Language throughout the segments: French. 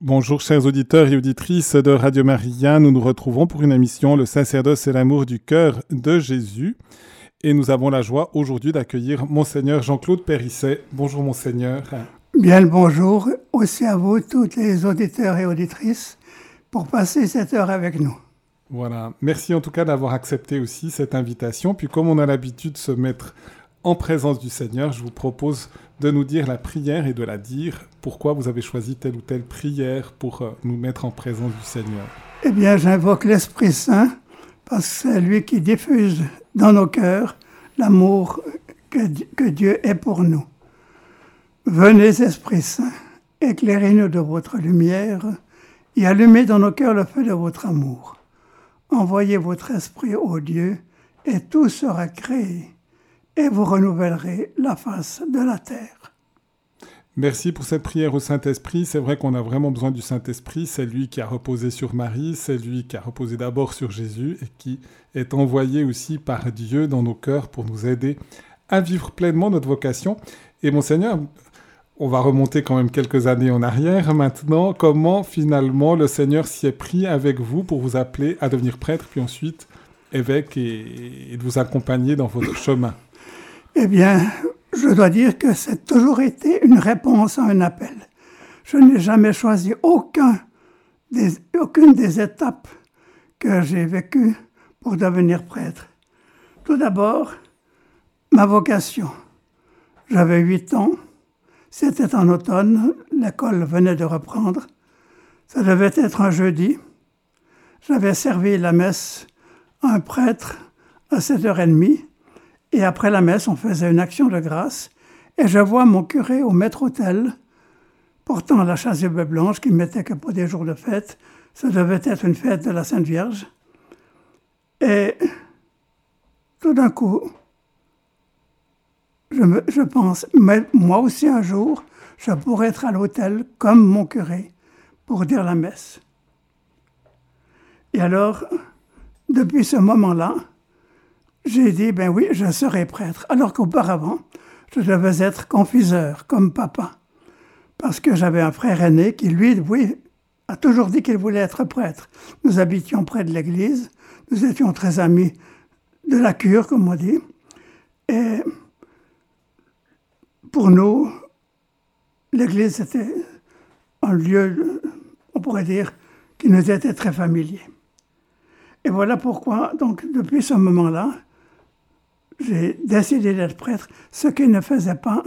Bonjour chers auditeurs et auditrices de Radio Maria, nous nous retrouvons pour une émission Le sacerdoce et l'amour du cœur de Jésus et nous avons la joie aujourd'hui d'accueillir Monseigneur Jean-Claude Périsset. Bonjour Monseigneur. Bien le bonjour aussi à vous, toutes les auditeurs et auditrices, pour passer cette heure avec nous. Voilà, merci en tout cas d'avoir accepté aussi cette invitation. Puis comme on a l'habitude de se mettre en présence du Seigneur, je vous propose de nous dire la prière et de la dire. Pourquoi vous avez choisi telle ou telle prière pour nous mettre en présence du Seigneur? Eh bien, j'invoque l'Esprit Saint, parce que c'est lui qui diffuse dans nos cœurs l'amour que Dieu est pour nous. Venez, Esprit Saint, éclairez-nous de votre lumière et allumez dans nos cœurs le feu de votre amour. Envoyez votre Esprit, ô Dieu, et tout sera créé, et vous renouvellerez la face de la terre. Merci pour cette prière au Saint-Esprit. C'est vrai qu'on a vraiment besoin du Saint-Esprit. C'est lui qui a reposé sur Marie, c'est lui qui a reposé d'abord sur Jésus et qui est envoyé aussi par Dieu dans nos cœurs pour nous aider à vivre pleinement notre vocation. Et Monseigneur, on va remonter quand même quelques années en arrière maintenant. Comment finalement le Seigneur s'y est pris avec vous pour vous appeler à devenir prêtre, puis ensuite évêque et de vous accompagner dans votre chemin? Eh bien, je dois dire que c'est toujours été une réponse à un appel. Je n'ai jamais choisi aucune des étapes que j'ai vécues pour devenir prêtre. Tout d'abord, ma vocation. J'avais 8 ans, c'était en automne, l'école venait de reprendre. Ça devait être un jeudi. J'avais servi la messe à un prêtre à 7h30. Et après la messe, on faisait une action de grâce. Et je vois mon curé au maître-autel, portant la chasuble blanche qui mettait que pour des jours de fête. Ça devait être une fête de la Sainte Vierge. Et tout d'un coup, je pense, mais moi aussi un jour, je pourrais être à l'autel comme mon curé pour dire la messe. Et alors, depuis ce moment-là, j'ai dit, ben oui, je serai prêtre. Alors qu'auparavant, je devais être confiseur, comme papa. Parce que j'avais un frère aîné qui, lui, oui, a toujours dit qu'il voulait être prêtre. Nous habitions près de l'église. Nous étions très amis de la cure, comme on dit. Et pour nous, l'église était un lieu, on pourrait dire, qui nous était très familier. Et voilà pourquoi, donc, depuis ce moment-là, j'ai décidé d'être prêtre, ce qui ne faisait pas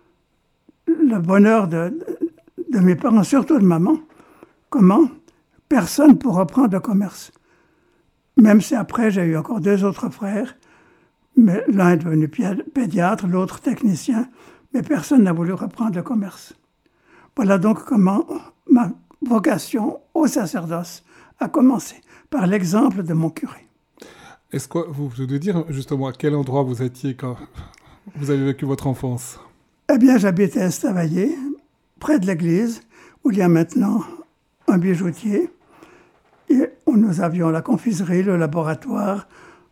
le bonheur de mes parents, surtout de maman. Comment? Personne pour reprendre le commerce. Même si après, j'ai eu encore 2 autres frères, mais l'un est devenu pédiatre, l'autre technicien, mais personne n'a voulu reprendre le commerce. Voilà donc comment ma vocation au sacerdoce a commencé, par l'exemple de mon curé. Est-ce que vous pouvez dire justement à quel endroit vous étiez quand vous avez vécu votre enfance? Eh bien, j'habitais à Estavayer, près de l'église, où il y a maintenant un bijoutier. Et nous avions la confiserie, le laboratoire,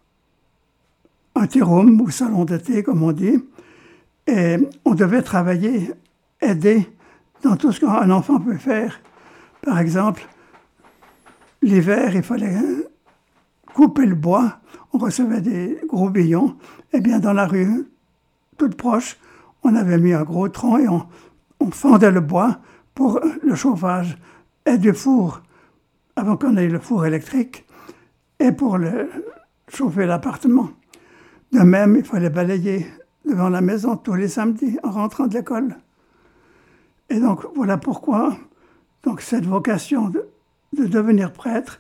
un tea room ou salon de thé, comme on dit. Et on devait travailler, aider dans tout ce qu'un enfant peut faire. Par exemple, l'hiver, il fallait couper le bois. On recevait des gros billons. Eh bien, dans la rue, toute proche, on avait mis un gros tronc et on fendait le bois pour le chauffage et du four, avant qu'on ait le four électrique, et pour chauffer l'appartement. De même, il fallait balayer devant la maison tous les samedis en rentrant de l'école. Et donc, voilà pourquoi donc, cette vocation de devenir prêtre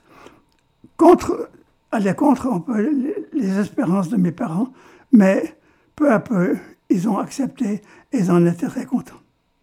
allait contre un peu les espérances de mes parents, mais peu à peu, ils ont accepté et ils en étaient très contents.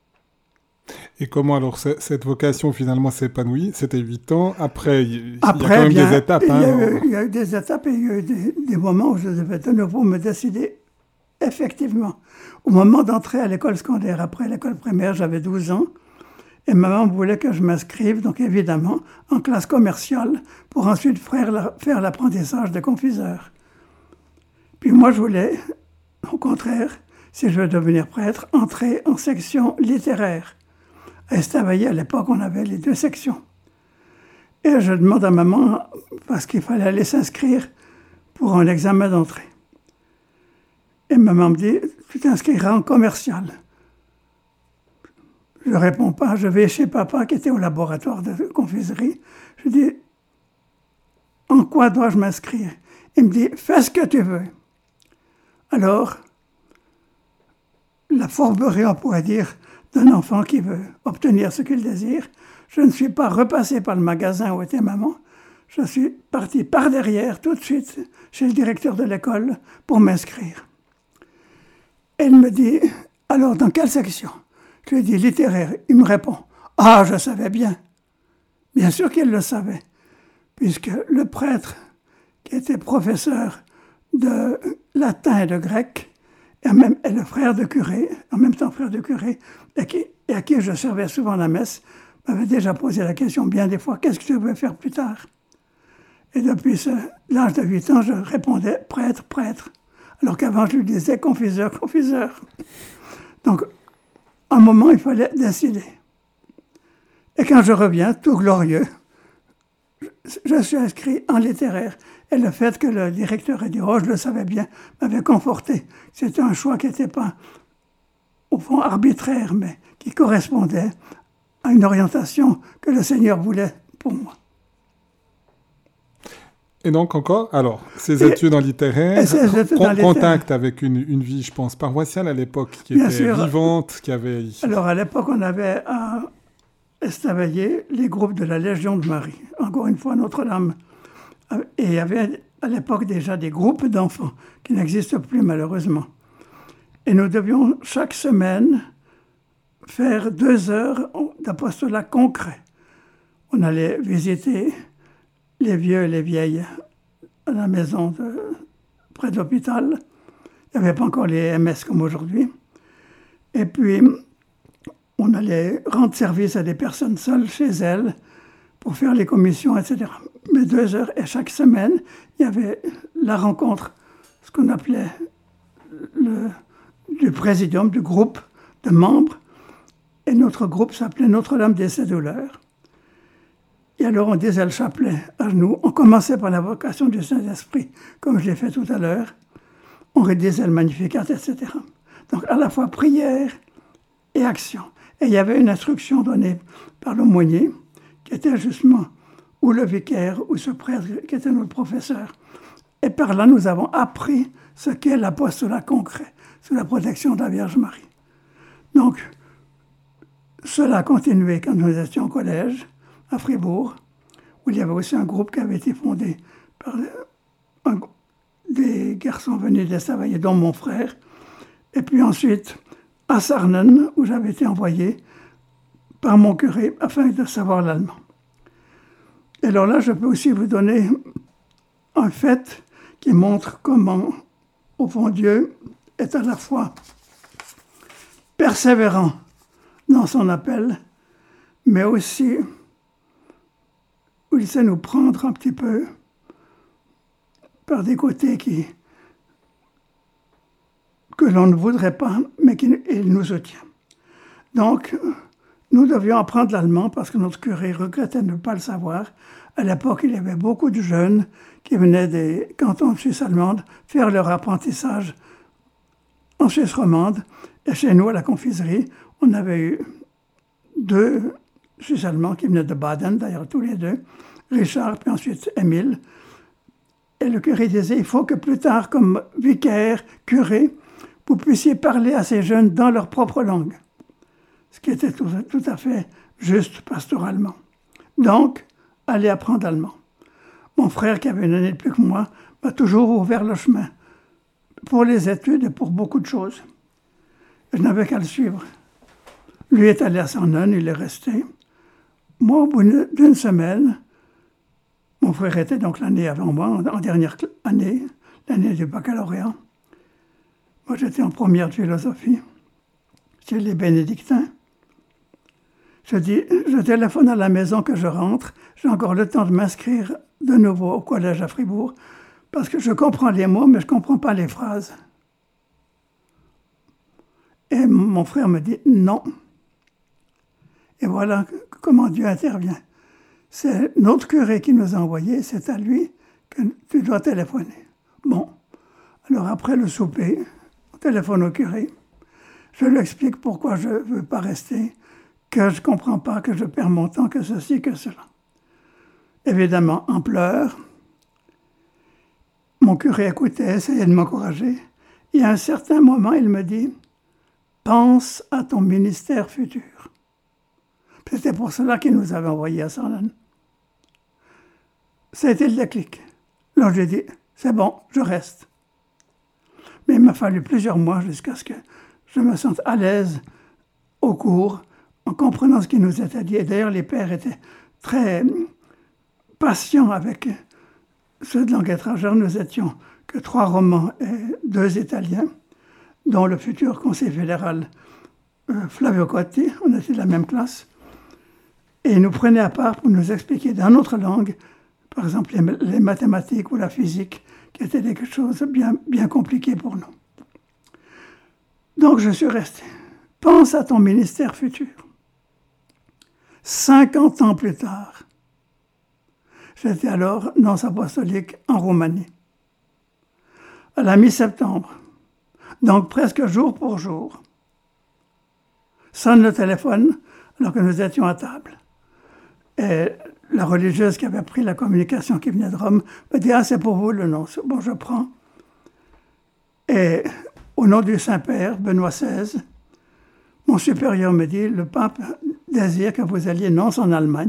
Et comment alors cette vocation finalement s'est épanouie? C'était 8 ans. Après, il y a quand même des étapes. Il y a eu des étapes et il y a eu des moments où je devais de nouveau me décider. Effectivement, au moment d'entrer à l'école secondaire, après l'école primaire, j'avais 12 ans. Et maman voulait que je m'inscrive, donc évidemment, en classe commerciale pour ensuite faire l'apprentissage de confiseur. Puis moi, je voulais, au contraire, si je veux devenir prêtre, entrer en section littéraire. À Estavayer, à l'époque, on avait les 2 sections. Et je demande à maman, parce qu'il fallait aller s'inscrire pour un examen d'entrée. Et maman me dit, tu t'inscriras en commercial. Je ne réponds pas, je vais chez papa qui était au laboratoire de confiserie. Je dis, en quoi dois-je m'inscrire? Il me dit, fais ce que tu veux. Alors, la fourberie, on pourrait dire, d'un enfant qui veut obtenir ce qu'il désire, je ne suis pas repassé par le magasin où était maman. Je suis parti par derrière, tout de suite, chez le directeur de l'école pour m'inscrire. Elle me dit, alors dans quelle section? Je lui dis, littéraire. Il me répond, ah, je savais bien. Bien sûr qu'il le savait, puisque le prêtre qui était professeur de latin et de grec, et le frère de curé, en même temps frère de curé, et à qui je servais souvent la messe, m'avait déjà posé la question bien des fois, qu'est-ce que tu veux faire plus tard? Et depuis l'âge de 8 ans, je répondais prêtre, prêtre, alors qu'avant je lui disais confiseur, confiseur. Donc, à un moment, il fallait décider. Et quand je reviens, tout glorieux, je suis inscrit en littéraire. Et le fait que le directeur ait dit, oh, je le savais bien, m'avait conforté. C'était un choix qui n'était pas, au fond, arbitraire, mais qui correspondait à une orientation que le Seigneur voulait pour moi. Et donc encore, alors, ces études en littéraire, contact avec une vie, je pense, paroissiale à l'époque, qui était vivante, qui avait... Alors à l'époque, on avait à Estavayer les groupes de la Légion de Marie, encore une fois Notre-Dame. Et il y avait à l'époque déjà des groupes d'enfants, qui n'existent plus malheureusement. Et nous devions chaque semaine faire 2 heures d'apostolat concret. On allait visiter les vieux et les vieilles à la maison près de l'hôpital. Il n'y avait pas encore les MS comme aujourd'hui. Et puis, on allait rendre service à des personnes seules chez elles pour faire les commissions, etc. Mais 2 heures, et chaque semaine, il y avait la rencontre, ce qu'on appelait du présidium, du groupe de membres. Et notre groupe s'appelait Notre-Dame des Cédulaires. Et alors on disait le chapelet à genoux. On commençait par l'invocation du Saint-Esprit, comme je l'ai fait tout à l'heure. On redisait le Magnificat, etc. Donc à la fois prière et action. Et il y avait une instruction donnée par l'aumônier, qui était justement ou le vicaire ou ce prêtre qui était notre professeur. Et par là, nous avons appris ce qu'est l'apostolat concret, sous la protection de la Vierge Marie. Donc, cela a continué quand nous étions au collège, à Fribourg, où il y avait aussi un groupe qui avait été fondé par des garçons venus d'Estavayer, dont mon frère. Et puis ensuite, à Sarnen, où j'avais été envoyé par mon curé afin de savoir l'allemand. Et alors là, je peux aussi vous donner un fait qui montre comment, au fond, Dieu est à la fois persévérant dans son appel, mais aussi où il sait nous prendre un petit peu par des côtés que l'on ne voudrait pas, mais qu'il nous soutient. Donc, nous devions apprendre l'allemand parce que notre curé regrettait de ne pas le savoir. À l'époque, il y avait beaucoup de jeunes qui venaient des cantons de Suisse allemande faire leur apprentissage en Suisse romande. Et chez nous, à la confiserie, on avait eu 2 Suisses allemands qui venaient de Baden, d'ailleurs tous les 2, Richard, puis ensuite Émile. Et le curé disait, il faut que plus tard, comme vicaire, curé, vous puissiez parler à ces jeunes dans leur propre langue. Ce qui était tout à fait juste pastoralement. Donc, allez apprendre allemand. Mon frère, qui avait 1 année de plus que moi, m'a toujours ouvert le chemin pour les études et pour beaucoup de choses. Je n'avais qu'à le suivre. Lui est allé à Sarnen, il est resté. Moi, au bout d'1 semaine, mon frère était donc l'année avant moi, en dernière année, l'année du baccalauréat. Moi, j'étais en première de philosophie, chez les bénédictins. Je téléphone à la maison que je rentre. J'ai encore le temps de m'inscrire de nouveau au collège à Fribourg parce que je comprends les mots, mais je ne comprends pas les phrases. Et mon frère me dit non. Et voilà comment Dieu intervient. C'est notre curé qui nous a envoyés, c'est à lui que tu dois téléphoner. Bon, alors après le souper, on téléphone au curé. Je lui explique pourquoi je ne veux pas rester, que je ne comprends pas, que je perds mon temps, que ceci, que cela. Évidemment, en pleurs. Mon curé écoutait, essayait de m'encourager. Et à un certain moment, il me dit « Pense à ton ministère futur ». C'était pour cela qu'il nous avait envoyés à Sarlan. Ça a été le déclic. Alors j'ai dit « C'est bon, je reste ». Mais il m'a fallu plusieurs mois jusqu'à ce que je me sente à l'aise au cours, en comprenant ce qui nous était dit. Et d'ailleurs, les pères étaient très patients avec ceux de langue étrangère. Nous étions que 3 Romans et 2 Italiens, dont le futur conseiller fédéral Flavio Cotti. On était de la même classe. Et ils nous prenaient à part pour nous expliquer dans notre langue, par exemple les mathématiques ou la physique, qui était quelque chose de bien compliqué pour nous. Donc je suis resté. Pense à ton ministère futur. 50 ans plus tard, j'étais alors nonce apostolique en Roumanie. À la mi-septembre, donc presque jour pour jour, sonne le téléphone alors que nous étions à table. Et la religieuse qui avait pris la communication qui venait de Rome me dit « Ah, c'est pour vous le nonce. » Bon, je prends. Et au nom du Saint-Père, Benoît XVI, mon supérieur me dit « Le pape désire que vous alliez nonce en Allemagne. »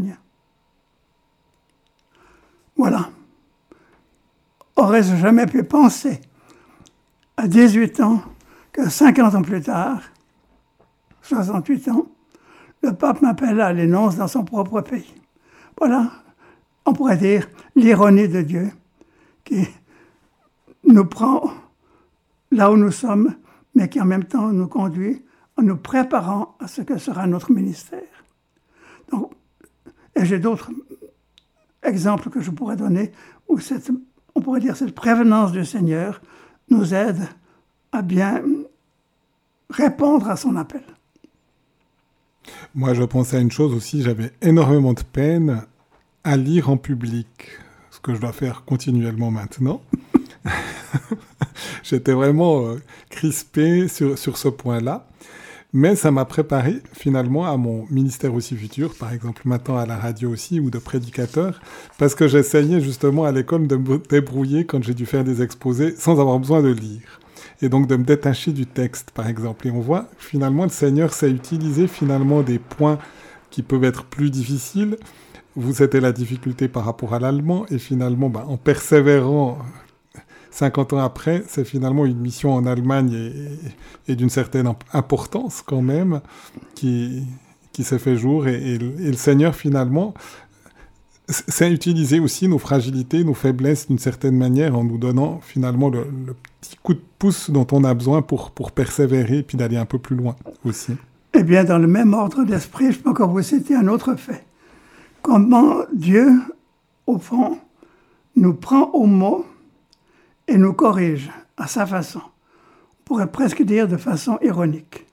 Voilà. Aurais-je jamais pu penser, à 18 ans, que 50 ans plus tard, 68 ans, le pape m'appelle à aller nonce dans son propre pays. Voilà, on pourrait dire l'ironie de Dieu qui nous prend là où nous sommes, mais qui en même temps nous conduit en nous préparant à ce que sera notre ministère. Donc, et j'ai d'autres exemples que je pourrais donner où on pourrait dire cette prévenance du Seigneur nous aide à bien répondre à son appel. Moi, je pensais à une chose aussi, j'avais énormément de peine à lire en public, ce que je dois faire continuellement maintenant. J'étais vraiment crispé sur ce point-là, mais ça m'a préparé finalement à mon ministère aussi futur, par exemple maintenant à la radio aussi, ou de prédicateur, parce que j'essayais justement à l'école de me débrouiller quand j'ai dû faire des exposés sans avoir besoin de lire. Et donc de me détacher du texte, par exemple. Et on voit, finalement, le Seigneur sait utiliser finalement des points qui peuvent être plus difficiles. Vous, c'était la difficulté par rapport à l'allemand. Et finalement, en persévérant 50 ans après, c'est finalement une mission en Allemagne et d'une certaine importance quand même qui s'est fait jour. Et le Seigneur, finalement, sait utiliser aussi nos fragilités, nos faiblesses d'une certaine manière en nous donnant finalement le petit coup de pouce dont on a besoin pour persévérer et puis d'aller un peu plus loin aussi. Eh bien, dans le même ordre d'esprit, je peux encore vous citer un autre fait. Comment Dieu, au fond, nous prend au mot et nous corrige à sa façon. On pourrait presque dire de façon ironique.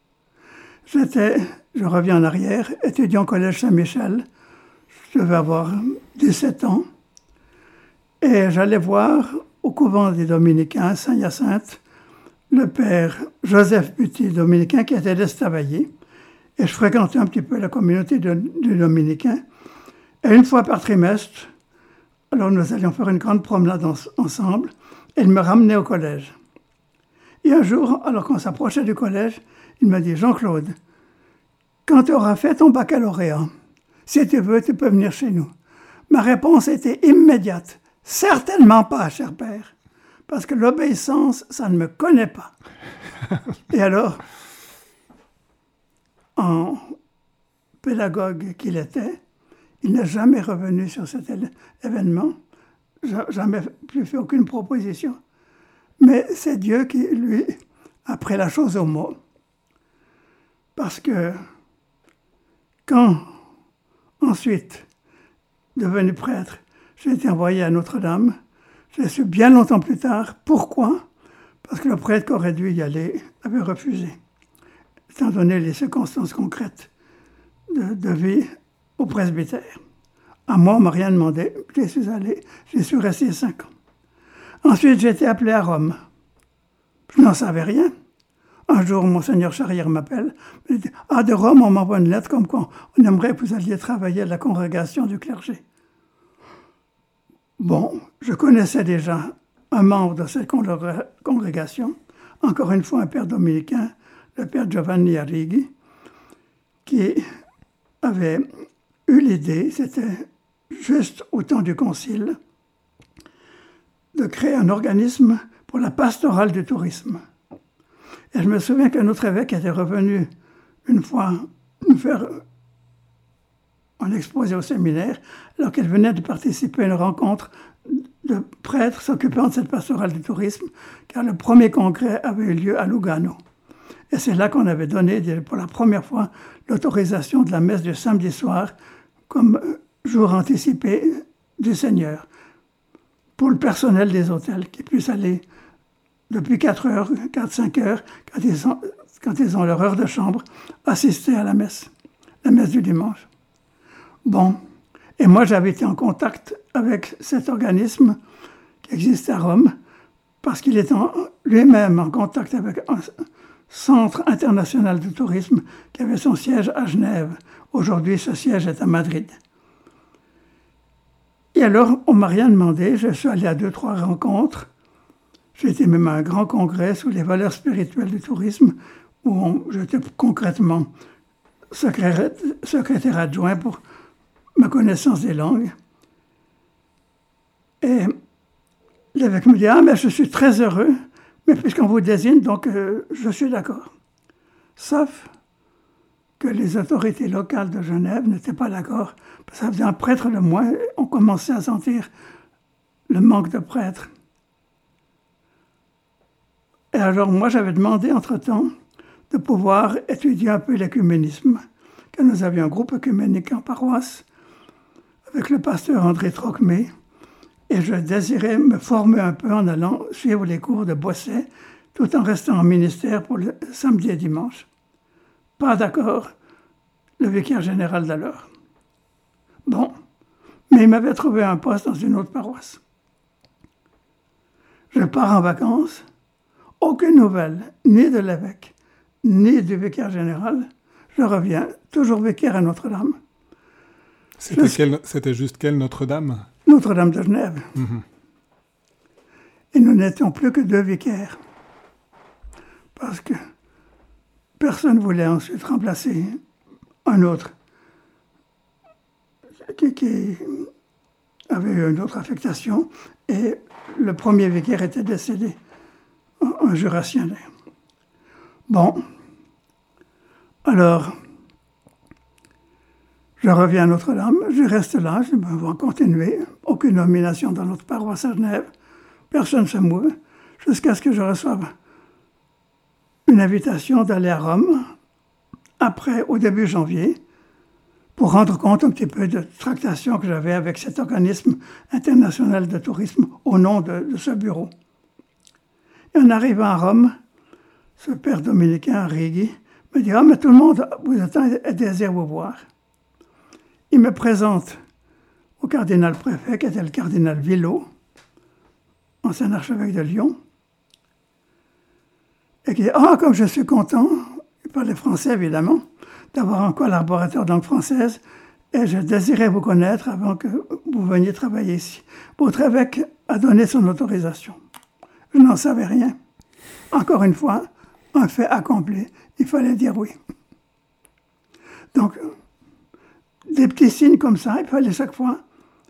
Je reviens en arrière, étudiant au Collège Saint-Michel. Je devais avoir 17 ans. Et j'allais voir au couvent des Dominicains, Saint-Hyacinthe, le père Joseph Buty, dominicain, qui était d'Estavayer. Et je fréquentais un petit peu la communauté des Dominicains. Et une fois par trimestre, alors nous allions faire une grande promenade ensemble, et il me ramenait au collège. Et un jour, alors qu'on s'approchait du collège, il m'a dit « Jean-Claude, quand tu auras fait ton baccalauréat, si tu veux, tu peux venir chez nous. » Ma réponse était immédiate. « Certainement pas, cher père, parce que l'obéissance, ça ne me connaît pas. » Et alors, en pédagogue qu'il était, il n'est jamais revenu sur cet événement, jamais plus fait aucune proposition. Mais c'est Dieu qui, lui, a pris la chose au mot. Parce que quand, ensuite, devenu prêtre, j'ai été envoyé à Notre-Dame, j'ai su bien longtemps plus tard pourquoi. Parce que le prêtre qui aurait dû y aller avait refusé, étant donné les circonstances concrètes de vie au presbytère. À moi, on ne m'a rien demandé. J'y suis allé, j'y suis resté 5 ans. Ensuite, j'ai été appelé à Rome. Je n'en savais rien. Un jour, Monseigneur Charrière m'appelle. Il dit, « Ah, de Rome, on m'envoie une lettre comme quoi on aimerait que vous alliez travailler à la congrégation du clergé. » Bon, je connaissais déjà un membre de cette congrégation, encore une fois un père dominicain, le père Giovanni Arrighi, qui avait eu l'idée, c'était juste au temps du concile, de créer un organisme pour la pastorale du tourisme. Et je me souviens qu'un autre évêque était revenu une fois nous faire un exposé au séminaire, alors qu'elle venait de participer à une rencontre de prêtres s'occupant de cette pastorale du tourisme, car le premier congrès avait eu lieu à Lugano. Et c'est là qu'on avait donné, pour la première fois, l'autorisation de la messe du samedi soir comme jour anticipé du Seigneur, pour le personnel des hôtels, qui puisse aller depuis 4-5 heures, quand ils ont leur heure de chambre, assister à la messe du dimanche. Bon, et moi j'avais été en contact avec cet organisme qui existe à Rome, parce qu'il est lui-même en contact avec un centre international de tourisme qui avait son siège à Genève. Aujourd'hui, ce siège est à Madrid. Et alors, on ne m'a rien demandé, je suis allé à 2-3 rencontres. J'ai été même à un grand congrès sur les valeurs spirituelles du tourisme, où j'étais concrètement secrétaire adjoint pour ma connaissance des langues. Et l'évêque me dit « Ah, mais je suis très heureux, mais puisqu'on vous désigne, donc je suis d'accord. » Sauf que les autorités locales de Genève n'étaient pas d'accord. Ça faisait un prêtre de moins, on commençait à sentir le manque de prêtres. Et alors moi, j'avais demandé entre-temps de pouvoir étudier un peu l'écuménisme, car nous avions un groupe œcuménique en paroisse avec le pasteur André Trocmé, et je désirais me former un peu en allant suivre les cours de Boisset, tout en restant en ministère pour le samedi et dimanche. Pas d'accord, le vicaire général d'alors. Bon, mais il m'avait trouvé un poste dans une autre paroisse. Je pars en vacances, aucune nouvelle, ni de l'évêque, ni du vicaire général. Je reviens, toujours vicaire à Notre-Dame. C'était juste quelle Notre-Dame ? Notre-Dame de Genève. Mm-hmm. Et nous n'étions plus que 2 vicaires. Parce que personne ne voulait ensuite remplacer un autre qui avait eu une autre affectation. Et le premier vicaire était décédé, un jurassien. Bon, alors, je reviens à Notre-Dame, je reste là, je vais continuer. Aucune nomination dans notre paroisse à Genève. Personne ne se mouve, jusqu'à ce que je reçoive une invitation d'aller à Rome, au début janvier, pour rendre compte un petit peu de tractation que j'avais avec cet organisme international de tourisme au nom de ce bureau. Et en arrivant à Rome, ce père dominicain Arrighi me dit « Ah, mais tout le monde vous attend et désire vous voir. » Il me présente au cardinal préfet, qui était le cardinal Villot, ancien archevêque de Lyon, et qui dit « Ah, comme je suis content, il parlait français évidemment, d'avoir un collaborateur de langue française, et je désirais vous connaître avant que vous veniez travailler ici. Votre évêque a donné son autorisation. » Je n'en savais rien. Encore une fois, un fait accompli. Il fallait dire oui. Donc, des petits signes comme ça, il fallait chaque fois,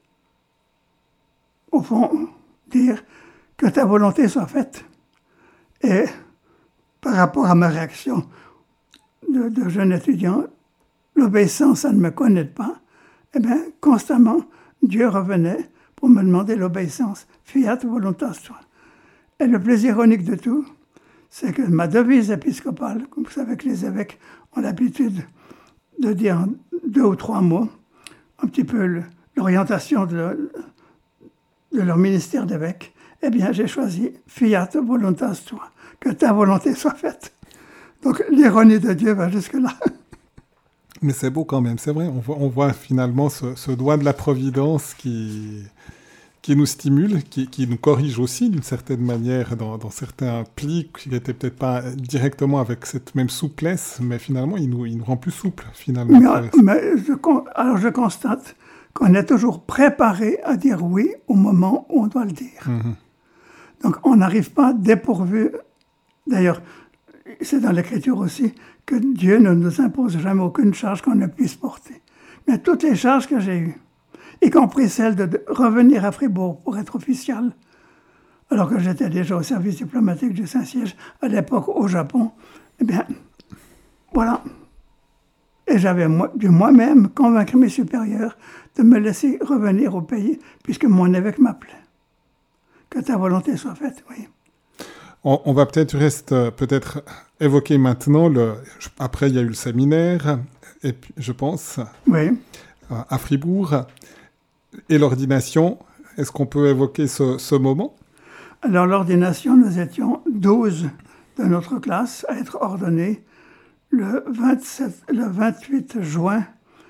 au fond, dire que ta volonté soit faite. Et par rapport à ma réaction de jeune étudiant, l'obéissance, ça ne me connaît pas. Eh bien, constamment, Dieu revenait pour me demander l'obéissance. Fiat voluntas tua. Et le plus ironique de tout, c'est que ma devise épiscopale, comme vous savez que les évêques ont l'habitude de dire en 2 ou 3 mots, un petit peu l'orientation de leur ministère d'évêque, eh bien, j'ai choisi « Fiat voluntas tua », que ta volonté soit faite. Donc, l'ironie de Dieu va jusque-là. Mais c'est beau quand même, c'est vrai. On voit finalement ce doigt de la Providence qui nous stimule, qui nous corrige aussi d'une certaine manière dans certains plis qui n'étaient peut-être pas directement avec cette même souplesse, mais finalement, il nous rend plus souples, finalement. Alors je constate qu'on est toujours préparé à dire oui au moment où on doit le dire. Mm-hmm. Donc on n'arrive pas dépourvu. D'ailleurs, c'est dans l'Écriture aussi que Dieu ne nous impose jamais aucune charge qu'on ne puisse porter. Mais toutes les charges que j'ai eues, y compris celle de revenir à Fribourg pour être officiel, alors que j'étais déjà au service diplomatique du Saint-Siège, à l'époque au Japon, eh bien, voilà. Et j'avais dû moi-même convaincre mes supérieurs de me laisser revenir au pays, puisque mon évêque m'appelait. Que ta volonté soit faite, oui. On va peut-être évoquer maintenant, après il y a eu le séminaire, et puis, je pense, oui. À Fribourg, et l'ordination. Est-ce qu'on peut évoquer ce moment? Alors l'ordination, nous étions 12 de notre classe à être ordonnés le 28 juin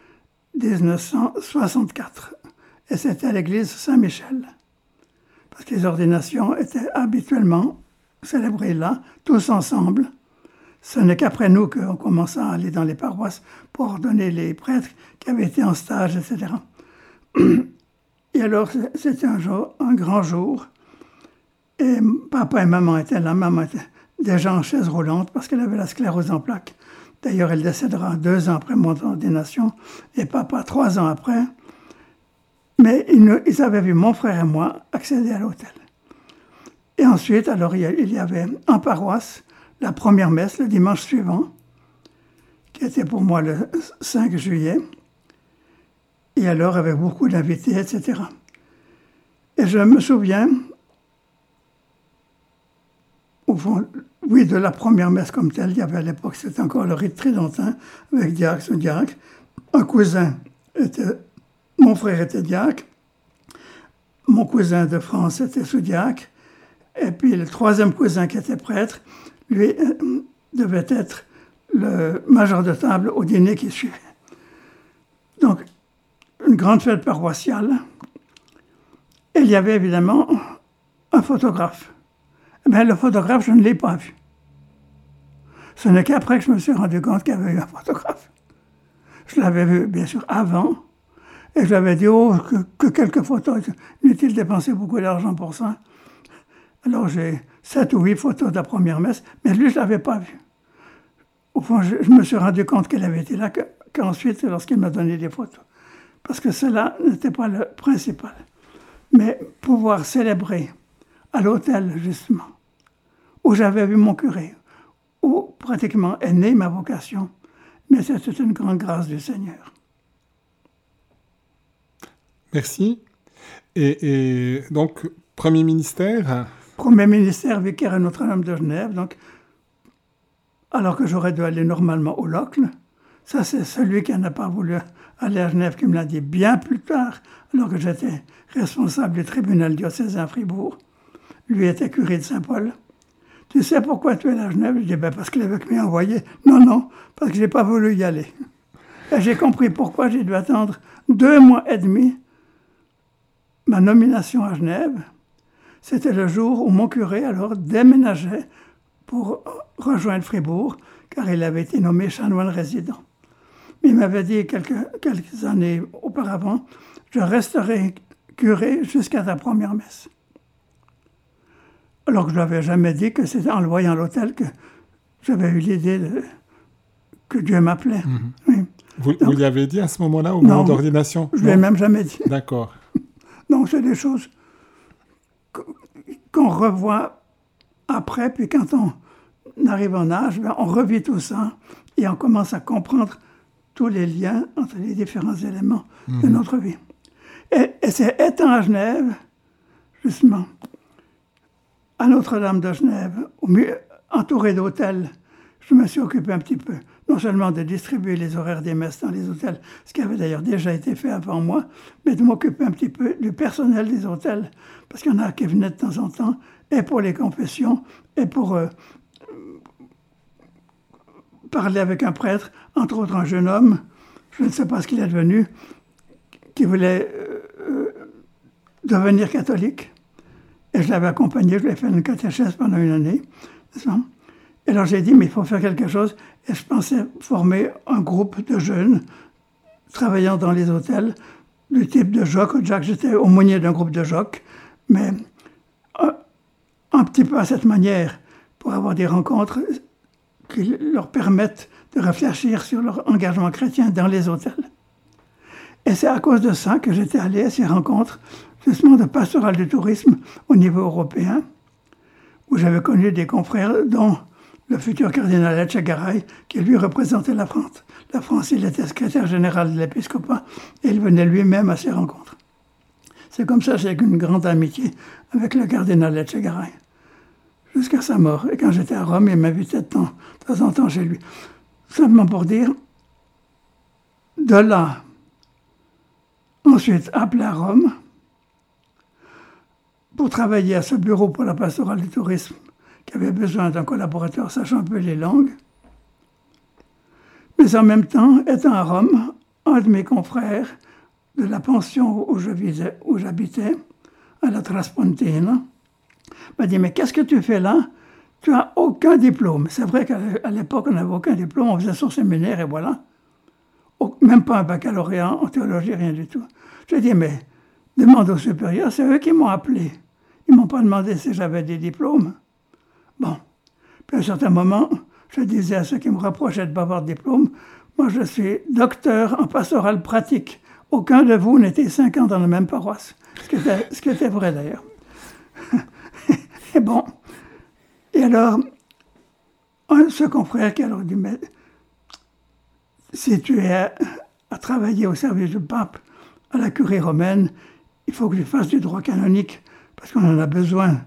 1964. Et c'était à l'église Saint-Michel. Parce que les ordinations étaient habituellement célébrées là, tous ensemble. Ce n'est qu'après nous qu'on commença à aller dans les paroisses pour ordonner les prêtres qui avaient été en stage, etc. Et alors, c'était un grand jour. Et papa et maman étaient là. Maman était déjà en chaise roulante parce qu'elle avait la sclérose en plaques. D'ailleurs, elle décédera 2 ans après mon ordination et papa 3 ans après. Mais ils avaient vu mon frère et moi accéder à l'autel. Et ensuite, alors, il y avait en paroisse la première messe le dimanche suivant, qui était pour moi le 5 juillet. Et alors, avec beaucoup d'invités, etc. Et je me souviens, au fond, oui, de la première messe comme telle. Il y avait à l'époque, c'était encore le rite tridentin, avec diacre, sous-diacre. Un cousin mon frère était diacre, mon cousin de France était sous-diacre, et puis le troisième cousin qui était prêtre, lui devait être le major de table au dîner qui suivait. Donc, une grande fête paroissiale. Et il y avait évidemment un photographe. Mais le photographe, je ne l'ai pas vu. Ce n'est qu'après que je me suis rendu compte qu'il y avait eu un photographe. Je l'avais vu, bien sûr, avant. Et je lui avais dit, que quelques photos. Inutile de dépenser beaucoup d'argent pour ça. Alors j'ai 7 ou 8 photos de la première messe, mais lui, je ne l'avais pas vu. Au fond, je me suis rendu compte qu'elle avait été là qu'ensuite, lorsqu'il m'a donné des photos. Parce que cela n'était pas le principal. Mais pouvoir célébrer à l'autel, justement, où j'avais vu mon curé, où pratiquement est née ma vocation, mais c'était une grande grâce du Seigneur. Merci. Et donc, premier ministère? Premier ministère, vicaire à Notre-Dame de Genève, donc, alors que j'aurais dû aller normalement au Locle. Ça, c'est celui qui n'a pas voulu aller à Genève qui me l'a dit bien plus tard, alors que j'étais responsable du tribunal diocésain à Fribourg. Lui était curé de Saint-Paul. « Tu sais pourquoi tu es à Genève ?» Je dis, parce que l'évêque m'a envoyé. « Non, parce que je n'ai pas voulu y aller. » Et j'ai compris pourquoi j'ai dû attendre 2 mois et demi ma nomination à Genève. C'était le jour où mon curé, alors, déménageait pour rejoindre Fribourg, car il avait été nommé chanoine résident. Mais il m'avait dit quelques années auparavant, « Je resterai curé jusqu'à ta première messe. » Alors que je ne lui avais jamais dit que c'était en le voyant à l'autel que j'avais eu l'idée que Dieu m'appelait. Mm-hmm. Oui. Vous lui avez dit à ce moment-là, au moment d'ordination? Je ne lui ai même jamais dit. D'accord. Donc, c'est des choses qu'on revoit après, puis quand on arrive en âge, on revit tout ça et on commence à comprendre tous les liens entre les différents éléments de notre vie. Et c'est étant à Genève, justement, à Notre-Dame de Genève, entouré d'hôtels, je me suis occupé un petit peu, non seulement de distribuer les horaires des messes dans les hôtels, ce qui avait d'ailleurs déjà été fait avant moi, mais de m'occuper un petit peu du personnel des hôtels, parce qu'il y en a qui venaient de temps en temps, et pour les confessions, et pour parler avec un prêtre, entre autres un jeune homme, je ne sais pas ce qu'il est devenu, qui voulait devenir catholique. Et je l'avais accompagné, je lui ai fait une catéchèse pendant une année. Et alors j'ai dit, mais il faut faire quelque chose. Et je pensais former un groupe de jeunes travaillant dans les hôtels, du type de jock. J'étais aumônier d'un groupe de jock, mais un petit peu à cette manière, pour avoir des rencontres qui leur permettent de réfléchir sur leur engagement chrétien dans les hôtels. Et c'est à cause de ça que j'étais allé à ces rencontres, justement de pastoral du tourisme au niveau européen, où j'avais connu des confrères, dont le futur cardinal Etchegaray, qui lui représentait la France. La France, il était secrétaire général de l'épiscopat, et il venait lui-même à ces rencontres. C'est comme ça que j'ai eu une grande amitié avec le cardinal Etchegaray, jusqu'à sa mort. Et quand j'étais à Rome, il m'invitait de temps en temps chez lui. Simplement pour dire, de là, ensuite appelé à Rome, pour travailler à ce bureau pour la pastorale du tourisme, qui avait besoin d'un collaborateur sachant un peu les langues. Mais en même temps, étant à Rome, un de mes confrères de la pension où j'habitais, à la Traspontina, m'a dit « Mais qu'est-ce que tu fais là? Tu n'as aucun diplôme. » C'est vrai qu'à l'époque, on n'avait aucun diplôme, on faisait son séminaire et voilà. Même pas un baccalauréat en théologie, rien du tout. Je lui ai dit « Mais demande aux supérieurs, c'est eux qui m'ont appelé. Ils ne m'ont pas demandé si j'avais des diplômes. » Bon. Puis à un certain moment, je disais à ceux qui me reprochaient de ne pas avoir de diplôme, moi je suis docteur en pastoral pratique. Aucun de vous n'était 5 ans dans la même paroisse. Ce qui était vrai d'ailleurs. Et bon. Et alors, ce confrère qui a dit, mais si tu es à travailler au service du pape, à la curie romaine, il faut que tu fasses du droit canonique, parce qu'on en a besoin.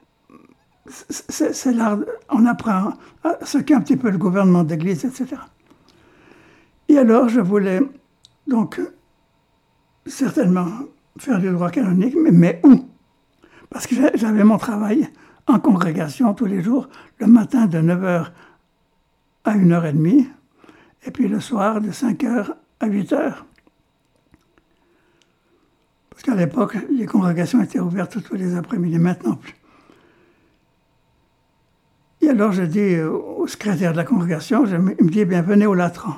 C'est là, on apprend ce qu'est un petit peu le gouvernement d'église, etc. Et alors, je voulais donc certainement faire du droit canonique, mais où? Parce que j'avais mon travail en congrégation tous les jours, le matin de 9h à 1h30, et puis le soir de 5h à 8h. Parce qu'à l'époque, les congrégations étaient ouvertes tous les après-midi, maintenant plus. Et alors je dis au secrétaire de la congrégation, il me dit, venez au Latran.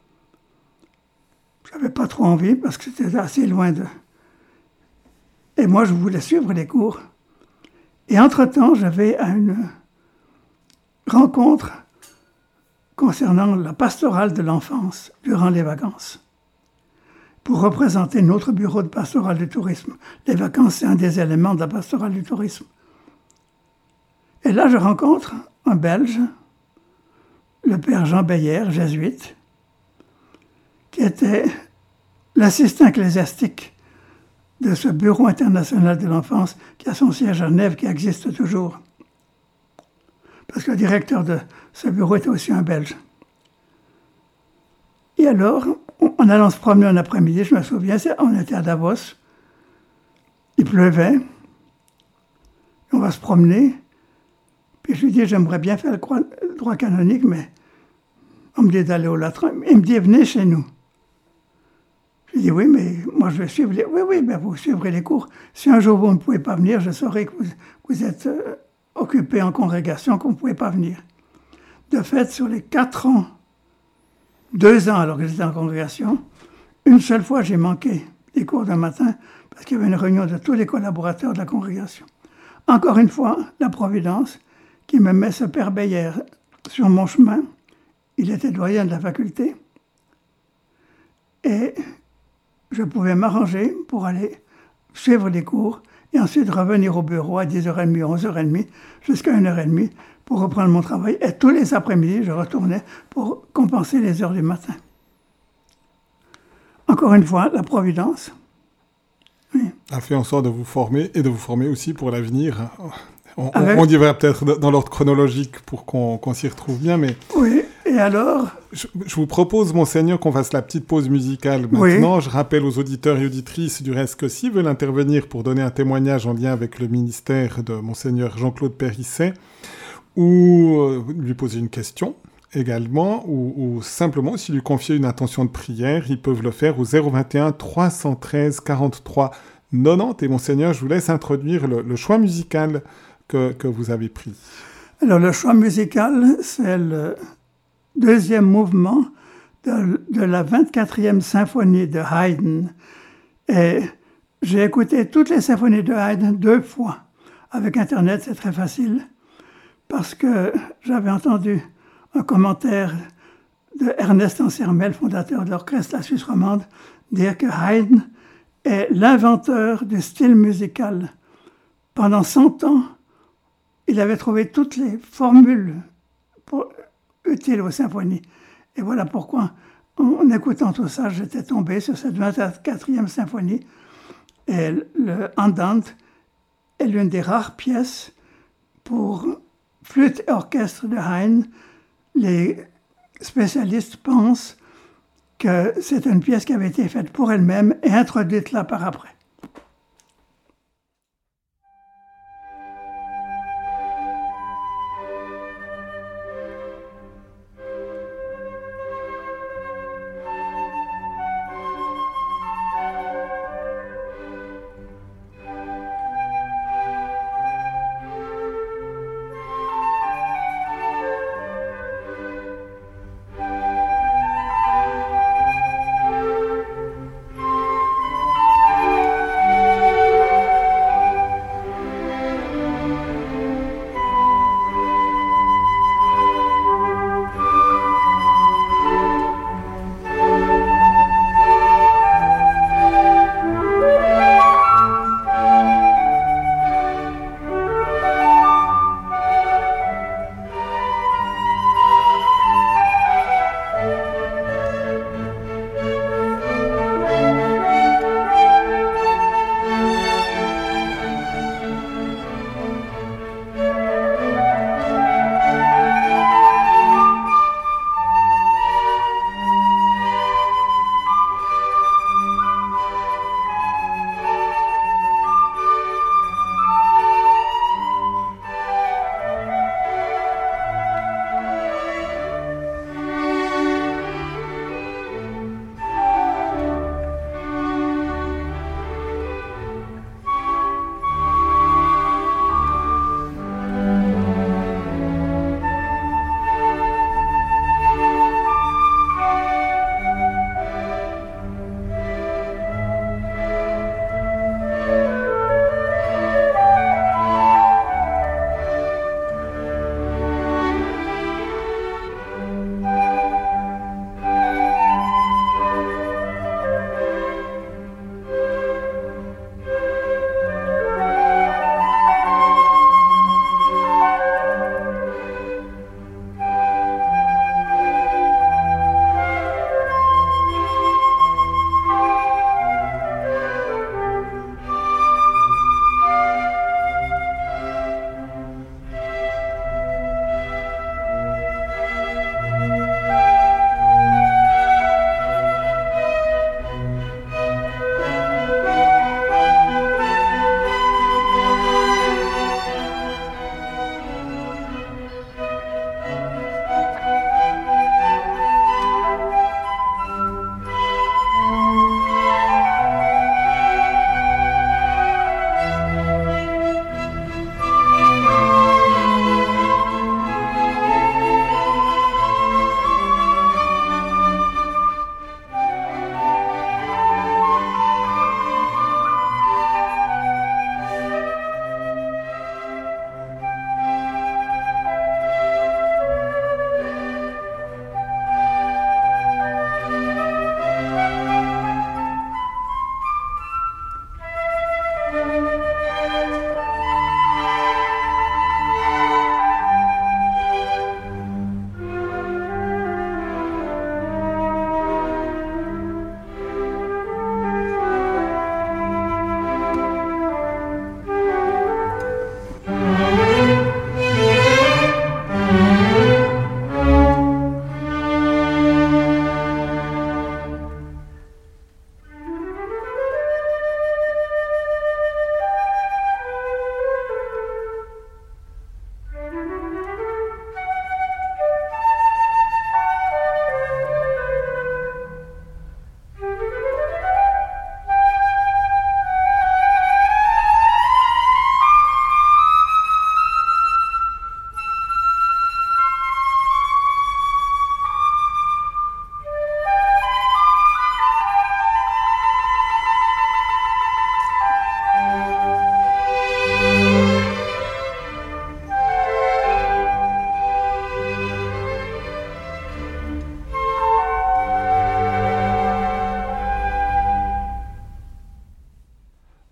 Je n'avais pas trop envie parce que c'était assez loin de... Et moi, je voulais suivre les cours. Et entre-temps, j'avais une rencontre concernant la pastorale de l'enfance durant les vacances, pour représenter notre bureau de pastorale du tourisme. Les vacances, c'est un des éléments de la pastorale du tourisme. Et là, je rencontre un Belge, le père Jean Beyer, jésuite, qui était l'assistant ecclésiastique de ce Bureau international de l'enfance qui a son siège à Genève, qui existe toujours. Parce que le directeur de ce bureau était aussi un Belge. Et alors, en allant se promener un après-midi, je me souviens, on était à Davos, il pleuvait, on va se promener, puis je lui dis, j'aimerais bien faire le droit canonique, mais on me dit d'aller au Latran. Il me dit, venez chez nous. Je dis, oui, mais moi je vais suivre les... Oui, mais vous suivrez les cours. Si un jour vous ne pouvez pas venir, je saurai que vous êtes occupé en congrégation, que vous ne pouvez pas venir. De fait, sur les 4 ans, 2 ans alors que j'étais en congrégation, une seule fois j'ai manqué les cours d'un matin parce qu'il y avait une réunion de tous les collaborateurs de la congrégation. Encore une fois, la Providence qui me met ce père Beyer sur mon chemin. Il était doyen de la faculté. Et je pouvais m'arranger pour aller suivre les cours et ensuite revenir au bureau à 10h30, 11h30, jusqu'à 1h30 pour reprendre mon travail. Et tous les après-midi, je retournais pour compenser les heures du matin. Encore une fois, la Providence. Oui. A fait en sorte de vous former et de vous former aussi pour l'avenir. On dirait peut-être dans l'ordre chronologique pour qu'on s'y retrouve bien, mais... Oui, et alors je vous propose, Monseigneur, qu'on fasse la petite pause musicale maintenant. Oui. Je rappelle aux auditeurs et auditrices du reste que s'ils veulent intervenir pour donner un témoignage en lien avec le ministère de Monseigneur Jean-Claude Périsset ou lui poser une question, également, ou simplement, s'ils lui confient une intention de prière, ils peuvent le faire au 021 313 43 90. Et Monseigneur, je vous laisse introduire le choix musical que vous avez pris. Alors, le choix musical, c'est le deuxième mouvement de la 24e symphonie de Haydn. Et j'ai écouté toutes les symphonies de Haydn 2 fois. Avec Internet, c'est très facile, parce que j'avais entendu un commentaire de Ernest Ansermel, fondateur de l'orchestre La Suisse romande, dire que Haydn est l'inventeur du style musical. Pendant 100 ans, il avait trouvé toutes les formules utiles aux symphonies. Et voilà pourquoi, en écoutant tout ça, j'étais tombé sur cette 24e symphonie. Et le Andante est l'une des rares pièces pour flûte et orchestre de Haydn. Les spécialistes pensent que c'est une pièce qui avait été faite pour elle-même et introduite là par après.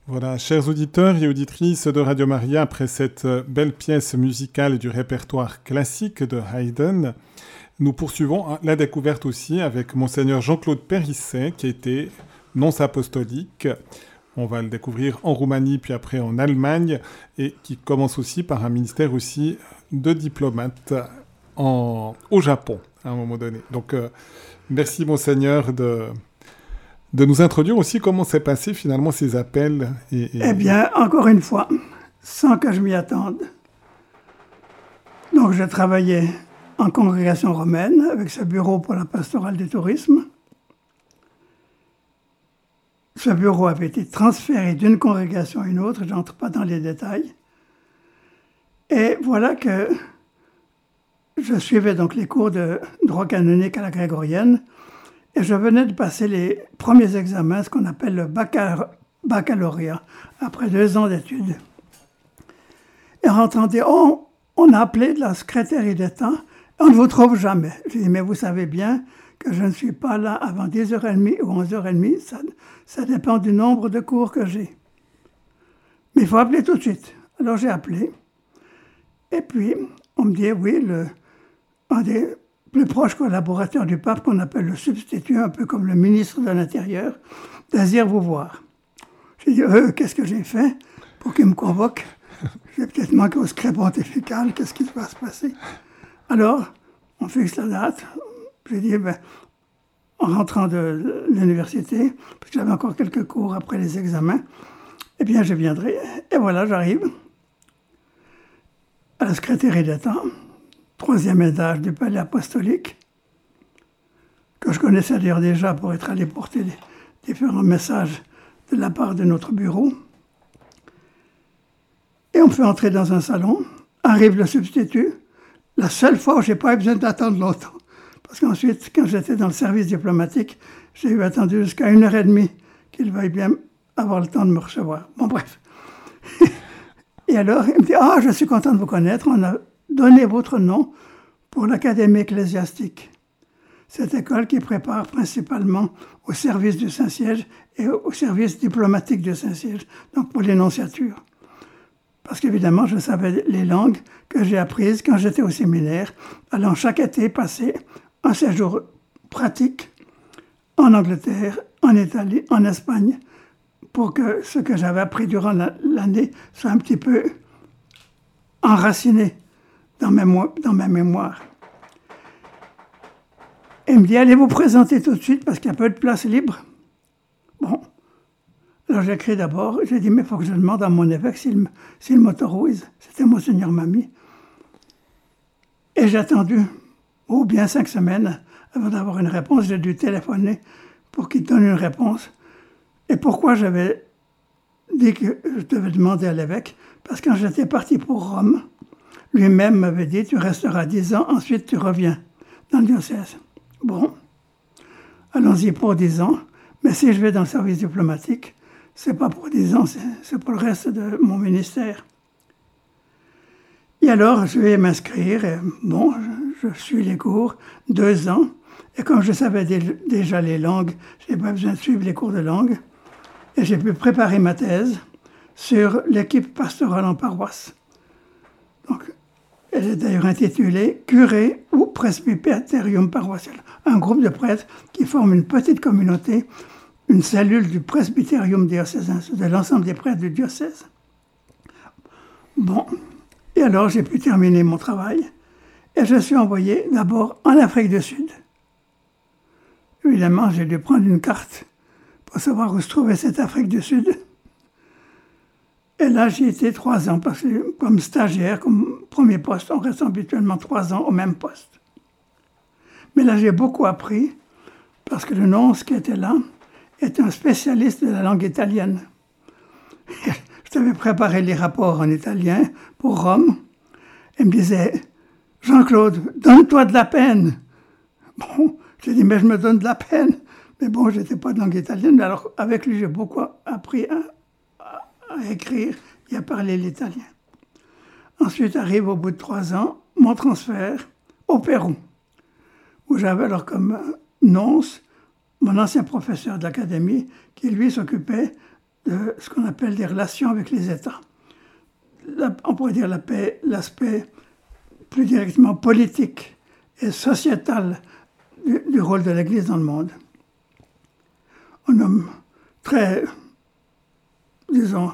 Voilà, chers auditeurs et auditrices de Radio Maria, après cette belle pièce musicale du répertoire classique de Haydn, nous poursuivons la découverte aussi avec Monseigneur Jean-Claude Périsset, qui était nonce apostolique. On va le découvrir en Roumanie, puis après en Allemagne, et qui commence aussi par un ministère aussi de diplomate au Japon, à un moment donné. Donc, merci Monseigneur de nous introduire aussi comment s'est passé finalement ces appels. Eh bien, encore une fois, sans que je m'y attende. Donc, je travaillais en congrégation romaine avec ce bureau pour la pastorale du tourisme. Ce bureau avait été transféré d'une congrégation à une autre, je n'entre pas dans les détails. Et voilà que je suivais donc les cours de droit canonique à la grégorienne. Et je venais de passer les premiers examens, ce qu'on appelle le baccalauréat, après 2 ans d'études. Et on entendait, on a appelé de la secrétaire d'État, on ne vous trouve jamais. J'ai dit, mais vous savez bien que je ne suis pas là avant 10h30 ou 11h30, ça dépend du nombre de cours que j'ai. Mais il faut appeler tout de suite. Alors j'ai appelé, et puis on me dit, oui, un des plus proche collaborateur du pape, qu'on appelle le substitut, un peu comme le ministre de l'Intérieur, désire vous voir. J'ai dit, qu'est-ce que j'ai fait pour qu'il me convoque? J'ai peut-être manqué au secret pontifical, qu'est-ce qui va se passer? Alors, on fixe la date. J'ai dit, en rentrant de l'université, parce que j'avais encore quelques cours après les examens, eh bien, je viendrai. Et voilà, j'arrive à la secrétaire d'État, 3e étage du palais apostolique, que je connaissais d'ailleurs déjà pour être allé porter différents messages de la part de notre bureau. Et on me fait entrer dans un salon, arrive le substitut, la seule fois où je n'ai pas eu besoin d'attendre longtemps. Parce qu'ensuite, quand j'étais dans le service diplomatique, j'ai eu attendu jusqu'à 1h30 qu'il veuille bien avoir le temps de me recevoir. Bon, bref. Et alors, il me dit, je suis content de vous connaître, on a donné votre nom pour l'Académie ecclésiastique. Cette école qui prépare principalement au service du Saint-Siège et au service diplomatique du Saint-Siège, donc pour l'énonciature. Parce qu'évidemment, je savais les langues que j'ai apprises quand j'étais au séminaire, allant chaque été passer un séjour pratique en Angleterre, en Italie, en Espagne, pour que ce que j'avais appris durant l'année soit un petit peu enraciné dans ma mémoire. Il me dit, allez vous présenter tout de suite parce qu'il y a peu de place libre. Bon. Alors j'écris d'abord, j'ai dit, mais il faut que je demande à mon évêque s'il m'autorise. C'était Monseigneur Mamie. Et j'ai attendu, bien 5 semaines avant d'avoir une réponse. J'ai dû téléphoner pour qu'il donne une réponse. Et pourquoi j'avais dit que je devais demander à l'évêque? Parce que quand j'étais parti pour Rome, lui-même m'avait dit, tu resteras 10 ans, ensuite tu reviens dans le diocèse. Bon, allons-y pour 10 ans, mais si je vais dans le service diplomatique, c'est pas pour 10 ans, c'est pour le reste de mon ministère. Et alors, je vais m'inscrire, et bon, je suis les cours, 2 ans, et comme je savais déjà les langues, je n'ai pas besoin de suivre les cours de langue, et j'ai pu préparer ma thèse sur l'équipe pastorale en paroisse. Donc, elle est d'ailleurs intitulée « Curé ou presbytérium paroissial », un groupe de prêtres qui forment une petite communauté, une cellule du presbytérium diocésain, de l'ensemble des prêtres du diocèse. Bon, et alors j'ai pu terminer mon travail, et je suis envoyé d'abord en Afrique du Sud. Évidemment, j'ai dû prendre une carte pour savoir où se trouvait cette Afrique du Sud. Et là, j'y étais 3 ans, parce que comme stagiaire, comme premier poste, on reste habituellement 3 ans au même poste. Mais là, j'ai beaucoup appris, parce que le nonce qui était là était un spécialiste de la langue italienne. Je devais préparer les rapports en italien pour Rome. Il me disait, Jean-Claude, donne-toi de la peine. Bon, j'ai dit, mais je me donne de la peine. Mais bon, je n'étais pas de langue italienne, mais alors avec lui, j'ai beaucoup appris à écrire et à parler l'italien. Ensuite arrive au bout de 3 ans mon transfert au Pérou, où j'avais alors comme nonce mon ancien professeur de l'académie qui lui s'occupait de ce qu'on appelle des relations avec les États. On pourrait dire l'aspect plus directement politique et sociétal du rôle de l'Église dans le monde. Un homme très, disons,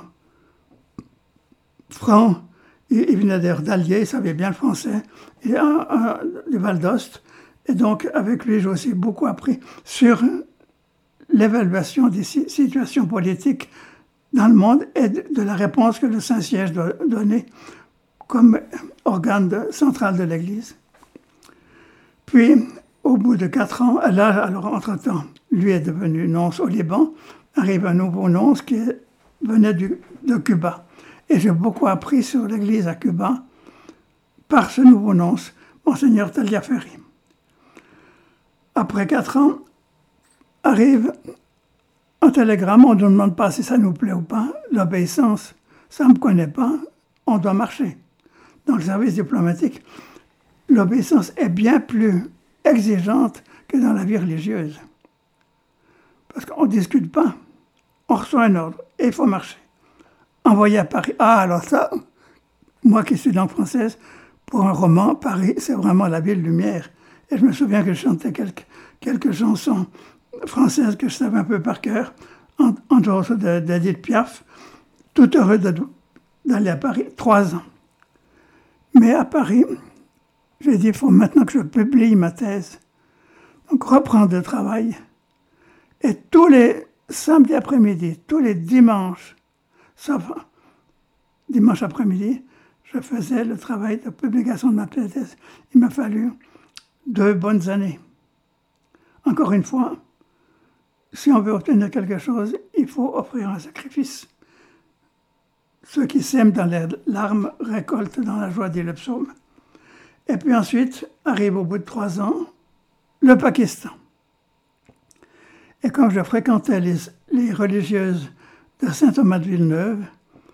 franc, il venait d'ailleurs d'Allier, il savait bien le français, et du Val d'Ost, et donc avec lui j'ai aussi beaucoup appris sur l'évaluation des situations politiques dans le monde et de la réponse que le Saint-Siège doit donner comme organe central de l'Église. Puis, au bout de 4 ans, alors entre-temps, lui est devenu nonce au Liban, arrive un nouveau nonce qui venait de Cuba. Et j'ai beaucoup appris sur l'Église à Cuba par ce nouveau nonce, Monseigneur Tagliaferri. Après 4 ans, arrive un télégramme, on ne nous demande pas si ça nous plaît ou pas, l'obéissance, ça ne me connaît pas, on doit marcher. Dans le service diplomatique, l'obéissance est bien plus exigeante que dans la vie religieuse. Parce qu'on ne discute pas, on reçoit un ordre et il faut marcher. Envoyé à Paris. Ah, alors ça, moi qui suis langue française, pour un roman, Paris, c'est vraiment la ville lumière. Et je me souviens que je chantais quelques chansons françaises que je savais un peu par cœur, entre autres d'Edith Piaf, tout heureux d'aller à Paris, 3 ans. Mais à Paris, j'ai dit, il faut maintenant que je publie ma thèse. Donc reprendre le travail. Et tous les samedis après-midi, tous les dimanches, sauf dimanche après-midi, je faisais le travail de publication de ma thèse. Il m'a fallu 2 bonnes années. Encore une fois, si on veut obtenir quelque chose, il faut offrir un sacrifice. Ceux qui sèment dans les larmes récoltent dans la joie, dit le psaume. Et puis ensuite, arrive au bout de 3 ans, le Pakistan. Et comme je fréquentais les religieuses de Saint-Thomas de Villeneuve,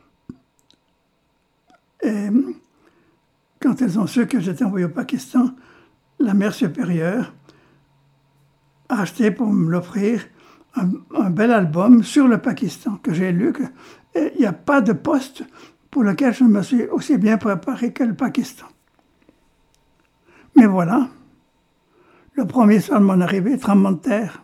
et quand elles ont su que j'étais envoyé au Pakistan, la mère supérieure a acheté pour me l'offrir un bel album sur le Pakistan que j'ai lu. Il n'y a pas de poste pour lequel je me suis aussi bien préparé que le Pakistan. Mais voilà, le premier soir de mon arrivée, tremblement de terre.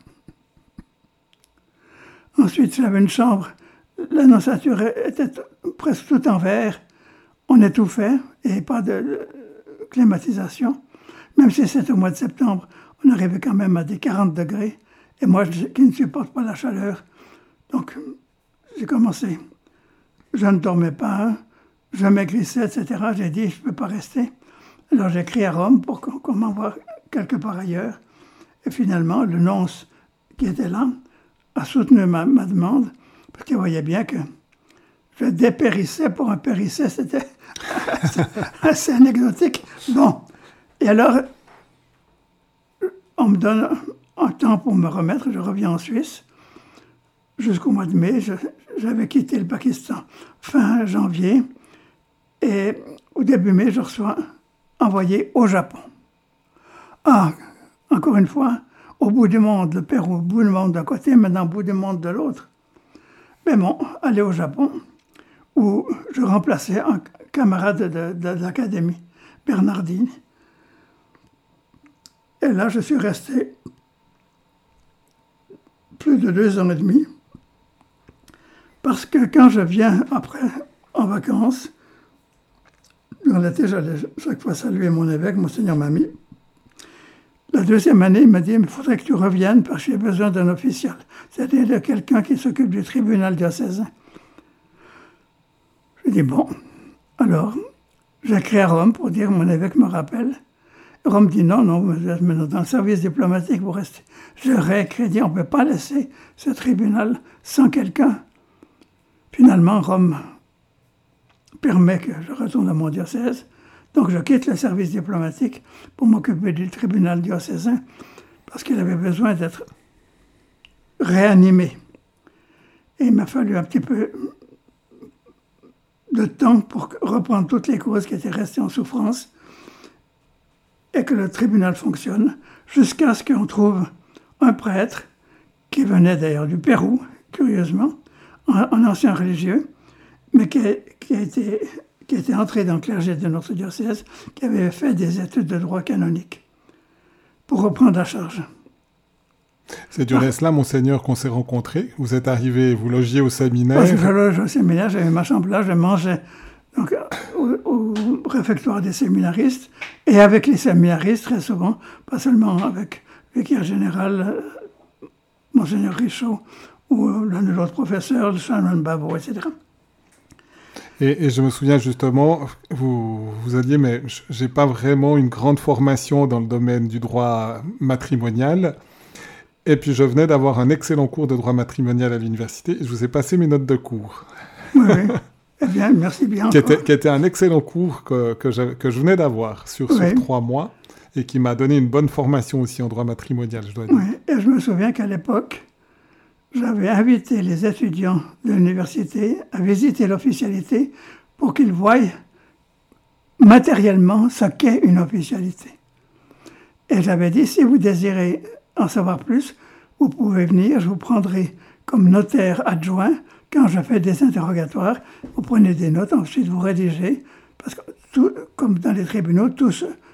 Ensuite, j'avais une chambre, l'annonciature était presque tout en verre, on étouffait et pas de climatisation. Même si c'était au mois de septembre, on arrivait quand même à des 40 degrés. Et moi, qui ne supporte pas la chaleur, donc j'ai commencé. Je ne dormais pas, je maigrissais, etc. J'ai dit, je ne peux pas rester. Alors j'ai écrit à Rome pour qu'on m'envoie quelque part ailleurs. Et finalement, le nonce qui était là a soutenu ma demande, parce qu'il voyait bien que je dépérissais pour un périssait, c'était assez anecdotique. Bon, et alors, on me donne un temps pour me remettre, je reviens en Suisse. Jusqu'au mois de mai, j'avais quitté le Pakistan fin janvier, et au début mai, je reçois envoyé au Japon. Ah, encore une fois, au bout du monde, le Pérou, au bout du monde d'un côté, maintenant au bout du monde de l'autre. Mais bon, aller au Japon, où je remplaçais un camarade de l'académie, Bernardini. Et là, je suis resté plus de 2 ans et demi, parce que quand je viens après, en vacances, dans l'été, j'allais chaque fois saluer mon évêque, Monseigneur Mamie. La 2e année, il m'a dit, il faudrait que tu reviennes parce que j'ai besoin d'un official, c'est-à-dire de quelqu'un qui s'occupe du tribunal diocésain. Je dis, bon, alors, j'écris à Rome pour dire, mon évêque me rappelle. Rome dit, non, vous êtes maintenant dans le service diplomatique, vous restez. Je réécris, dit, on ne peut pas laisser ce tribunal sans quelqu'un. Finalement, Rome permet que je retourne à mon diocèse. Donc je quitte le service diplomatique pour m'occuper du tribunal diocésain parce qu'il avait besoin d'être réanimé. Et il m'a fallu un petit peu de temps pour reprendre toutes les causes qui étaient restées en souffrance et que le tribunal fonctionne jusqu'à ce qu'on trouve un prêtre qui venait d'ailleurs du Pérou, curieusement, un ancien religieux, mais qui était entré dans le clergé de notre diocèse, qui avait fait des études de droit canonique, pour reprendre la charge. C'est du reste là, monseigneur, qu'on s'est rencontrés. Vous êtes arrivé, vous logiez au séminaire. Moi, je loge au séminaire, j'avais ma chambre là, je mangeais donc, au réfectoire des séminaristes, et avec les séminaristes, très souvent, pas seulement avec le vicaire général, monseigneur Richaud, ou l'un de l'autre professeur, le Shannon Babo, etc. Et je me souviens justement, vous alliez, mais j'ai pas vraiment une grande formation dans le domaine du droit matrimonial. Et puis je venais d'avoir un excellent cours de droit matrimonial à l'université et je vous ai passé mes notes de cours. Oui, oui. Eh bien, merci bien. qui était un excellent cours que je venais d'avoir sur 3 mois et qui m'a donné une bonne formation aussi en droit matrimonial, je dois dire. Oui, et je me souviens qu'à l'époque, j'avais invité les étudiants de l'université à visiter l'officialité pour qu'ils voient matériellement ce qu'est une officialité. Et j'avais dit, si vous désirez en savoir plus, vous pouvez venir, je vous prendrai comme notaire adjoint quand je fais des interrogatoires. Vous prenez des notes, ensuite vous rédigez, parce que tout, comme dans les tribunaux, tout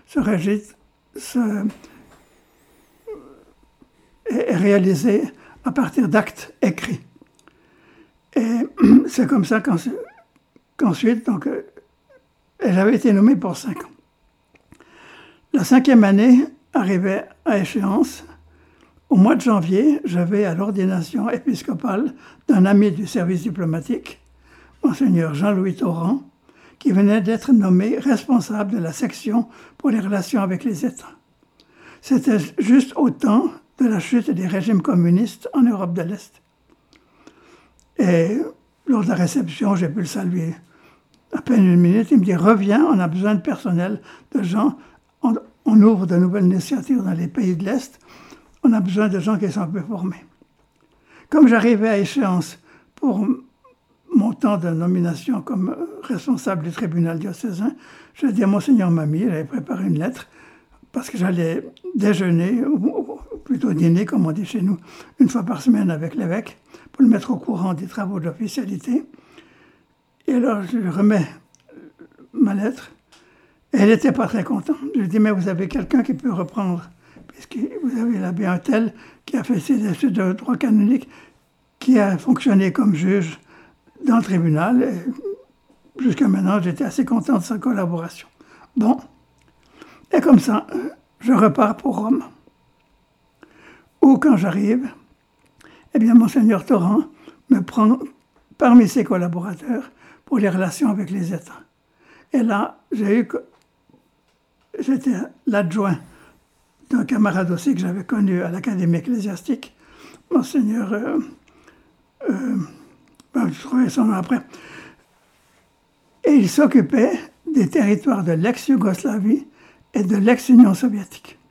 est réalisé à partir d'actes écrits. Et c'est comme ça qu'ensuite, donc, j'avais été nommé pour 5 ans. La 5e année arrivait à échéance. Au mois de janvier, je vais à l'ordination épiscopale d'un ami du service diplomatique, monseigneur Jean-Louis Torrent, qui venait d'être nommé responsable de la section pour les relations avec les États. C'était juste au temps de la chute des régimes communistes en Europe de l'Est. Et lors de la réception, j'ai pu le saluer à peine 1 minute. Il me dit « Reviens, on a besoin de personnel, de gens. On ouvre de nouvelles initiatives dans les pays de l'Est. On a besoin de gens qui sont un peu formés. » Comme j'arrivais à échéance pour mon temps de nomination comme responsable du tribunal diocésain, je dis à Monseigneur Mamie, j'avais préparé une lettre, parce que j'allais déjeuner, ou plutôt dîner, comme on dit chez nous, 1 fois par semaine avec l'évêque, pour le mettre au courant des travaux d'officialité. Et alors, je lui remets ma lettre, et elle n'était pas très contente. Je lui dis, mais vous avez quelqu'un qui peut reprendre, puisque vous avez l'abbé un tel qui a fait ses études de droit canonique, qui a fonctionné comme juge dans le tribunal. Et jusqu'à maintenant, j'étais assez content de sa collaboration. Bon. Et comme ça, je repars pour Rome. Où, quand j'arrive, eh bien, Monseigneur Torrent me prend parmi ses collaborateurs pour les relations avec les États. Et là, j'étais l'adjoint d'un camarade aussi que j'avais connu à l'Académie ecclésiastique, Monseigneur, je trouvais son nom après, et il s'occupait des territoires de l'ex-Yougoslavie et de l'ex-Union soviétique.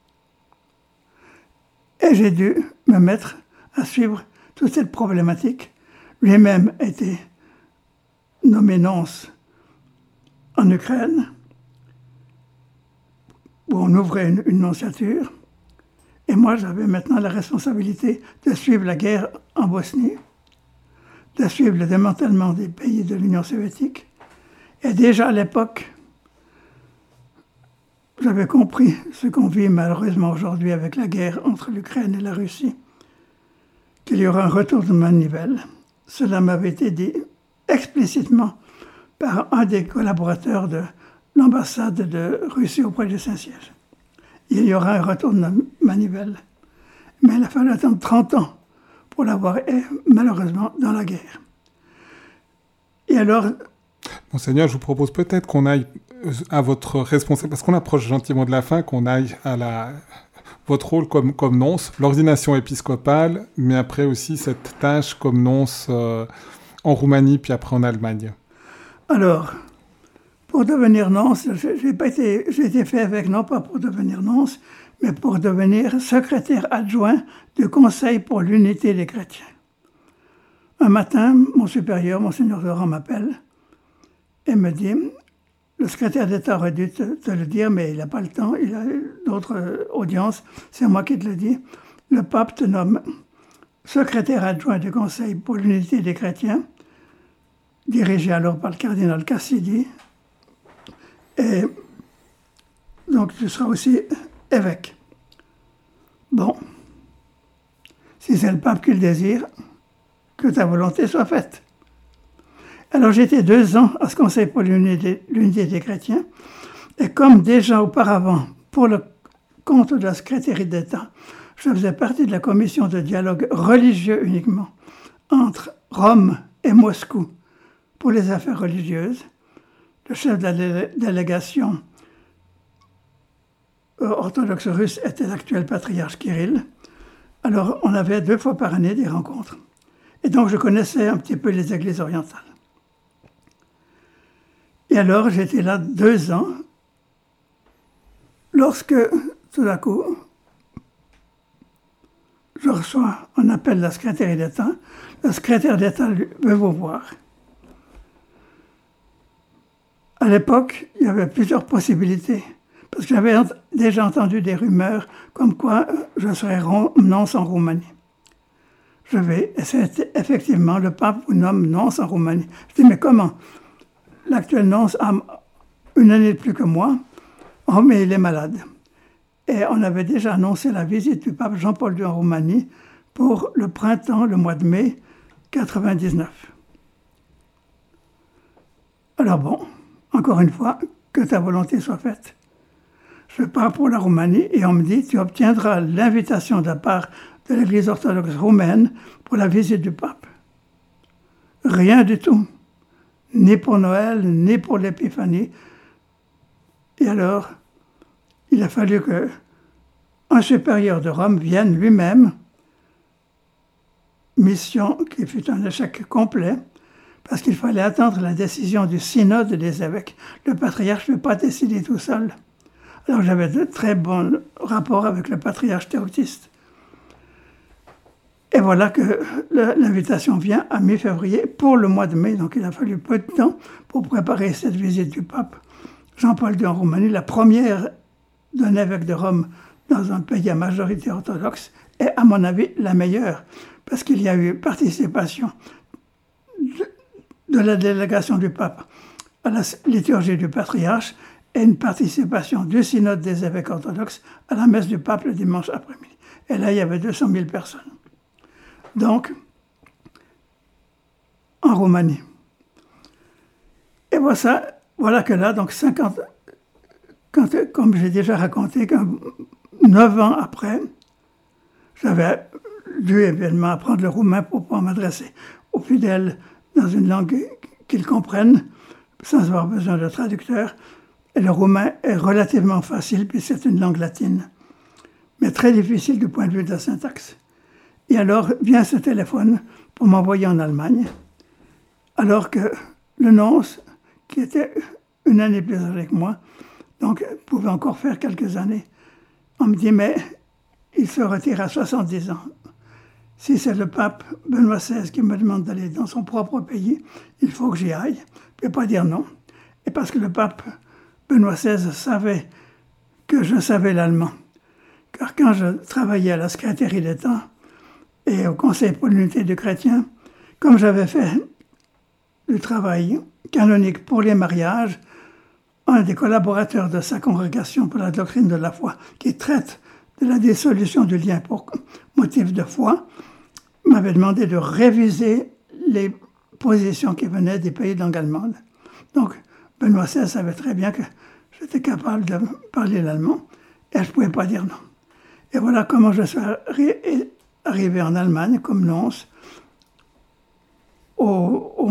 Et j'ai dû me mettre à suivre toute cette problématique. Lui-même était nommé nonce en Ukraine, où on ouvrait une nonciature. Et moi, j'avais maintenant la responsabilité de suivre la guerre en Bosnie, de suivre le démantèlement des pays de l'Union soviétique. Et déjà à l'époque, j'avais compris ce qu'on vit malheureusement aujourd'hui avec la guerre entre l'Ukraine et la Russie, qu'il y aura un retour de manivelle. Cela m'avait été dit explicitement par un des collaborateurs de l'ambassade de Russie auprès du Saint-Siège. Il y aura un retour de manivelle. Mais il a fallu attendre 30 ans pour l'avoir, et malheureusement, dans la guerre. Et alors... Monseigneur, je vous propose peut-être qu'on aille à votre responsable, parce qu'on approche gentiment de la fin, qu'on aille à votre rôle comme nonce, l'ordination épiscopale, mais après aussi cette tâche comme nonce en Roumanie, puis après en Allemagne. Alors, pour devenir nonce, j'ai été fait avec, non pas pour devenir nonce, mais pour devenir secrétaire adjoint du Conseil pour l'unité des chrétiens. Un matin, mon supérieur, Monseigneur Torrent, m'appelle et me dit, le secrétaire d'État aurait dû te le dire, mais il n'a pas le temps, il a d'autres audiences, c'est moi qui te le dis. Le pape te nomme secrétaire adjoint du Conseil pour l'unité des chrétiens, dirigé alors par le cardinal Cassidy. Et donc tu seras aussi évêque. Bon, si c'est le pape qui le désire, que ta volonté soit faite. Alors j'étais 2 ans à ce Conseil pour l'unité des chrétiens, et comme déjà auparavant, pour le compte de la secrétaire d'État, je faisais partie de la commission de dialogue religieux uniquement entre Rome et Moscou pour les affaires religieuses. Le chef de la délégation orthodoxe russe était l'actuel patriarche Kirill. Alors on avait 2 fois par année des rencontres. Et donc je connaissais un petit peu les églises orientales. Et alors j'étais là 2 ans, lorsque tout d'un coup, je reçois un appel de la secrétaire d'État. Le secrétaire d'État veut vous voir. À l'époque, il y avait plusieurs possibilités, parce que j'avais déjà entendu des rumeurs comme quoi je serais nonce en Roumanie. Je vais, et c'est effectivement, le pape vous nomme nonce en Roumanie. Je dis, mais comment? L'actuel nonce a 1 année de plus que moi. Oh, mais il est malade. Et on avait déjà annoncé la visite du pape Jean-Paul II en Roumanie pour le printemps, le mois de mai 99. Alors bon, encore une fois, que ta volonté soit faite. Je pars pour la Roumanie et on me dit, tu obtiendras l'invitation de la part de l'Église orthodoxe roumaine pour la visite du pape. Rien du tout. Ni pour Noël, ni pour l'Épiphanie. Et alors, il a fallu qu'un supérieur de Rome vienne lui-même, mission qui fut un échec complet, parce qu'il fallait attendre la décision du synode des évêques. Le patriarche ne peut pas décider tout seul. Alors j'avais de très bons rapports avec le patriarche Théotiste. Et voilà que l'invitation vient à mi-février pour le mois de mai, donc il a fallu peu de temps pour préparer cette visite du pape Jean-Paul II en Roumanie, la première d'un évêque de Rome dans un pays à majorité orthodoxe, et à mon avis la meilleure, parce qu'il y a eu participation de la délégation du pape à la liturgie du patriarche et une participation du synode des évêques orthodoxes à la messe du pape le dimanche après-midi. Et là, il y avait 200 000 personnes. Donc, en Roumanie. Et voilà que là, donc 50, comme j'ai déjà raconté, 9 ans après, j'avais dû évidemment apprendre le roumain pour pouvoir m'adresser aux fidèles dans une langue qu'ils comprennent, sans avoir besoin de traducteur. Et le roumain est relativement facile, puisque c'est une langue latine, mais très difficile du point de vue de la syntaxe. Et alors vient ce téléphone pour m'envoyer en Allemagne, alors que le nonce, qui était 1 année plus âgé que moi, donc pouvait encore faire quelques années, on me dit, mais il se retire à 70 ans. Si c'est le pape Benoît XVI qui me demande d'aller dans son propre pays, il faut que j'y aille. Je ne peux pas dire non. Et parce que le pape Benoît XVI savait que je savais l'allemand. Car quand je travaillais à la secrétaire d'État et au Conseil pour l'unité des chrétiens, comme j'avais fait du travail canonique pour les mariages, un des collaborateurs de sa congrégation pour la doctrine de la foi, qui traite de la dissolution du lien pour motif de foi, m'avait demandé de réviser les positions qui venaient des pays de langue allemande. Donc, Benoît XVI savait très bien que j'étais capable de parler l'allemand et je ne pouvais pas dire non. Et voilà comment je suis arrivé en Allemagne comme nonce au